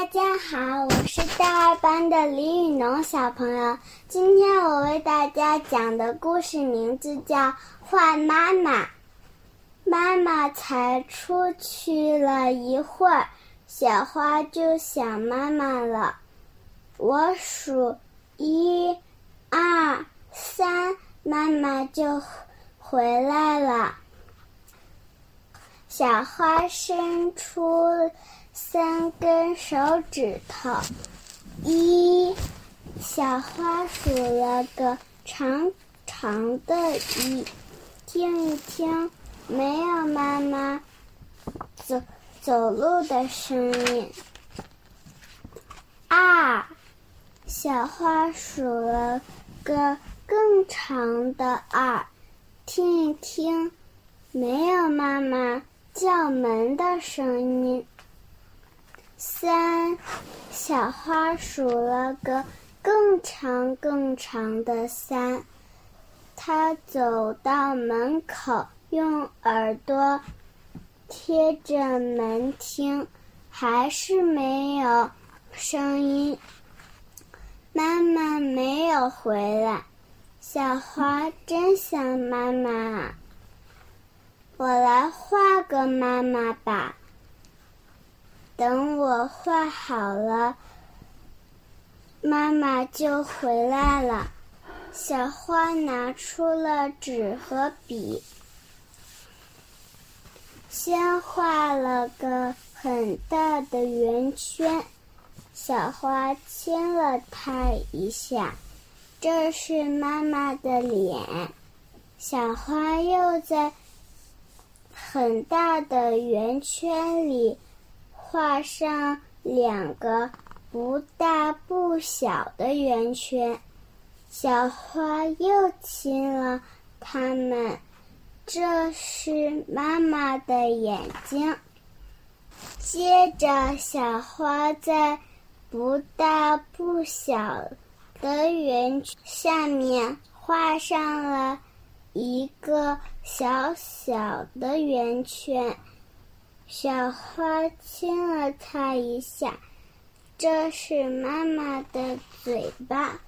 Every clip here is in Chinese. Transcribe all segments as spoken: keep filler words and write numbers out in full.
家好，我是大二班的李雨农小朋友。今天我为大家讲的故事名字叫《坏妈妈》。妈妈才出去了一会儿，小花就想妈妈了。我数一、二、三，妈妈就回来了。小花伸出三根手指头，一，小花数了个长长的一，听一听，没有妈妈走走路的声音。二，小花数了个更长的二，听一听，没有妈妈叫门的声音。三，小花数了个更长更长的三，她走到门口，用耳朵贴着门听，还是没有声音。妈妈没有回来，小花真想妈妈啊！我来画个妈妈吧。等我画好了，妈妈就回来了。小花拿出了纸和笔，先画了个很大的圆圈。小花亲了它一下，这是妈妈的脸。小花又在很大的圆圈里画上两个不大不小的圆圈，小花又亲了它们，这是妈妈的眼睛。接着，小花在不大不小的圆圈下面画上了一个小小的圆圈。小花亲了它一下，这是妈妈的嘴巴。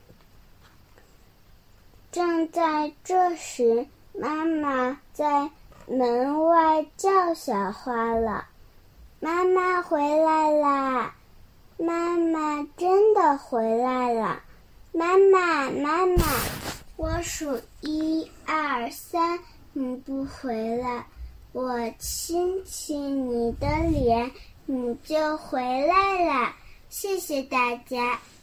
正在这时，妈妈在门外叫小花了：“妈妈回来啦！妈妈真的回来了！妈妈，妈妈，我数一二三，你不回来，我亲亲你的脸，你就回来了。”谢谢大家。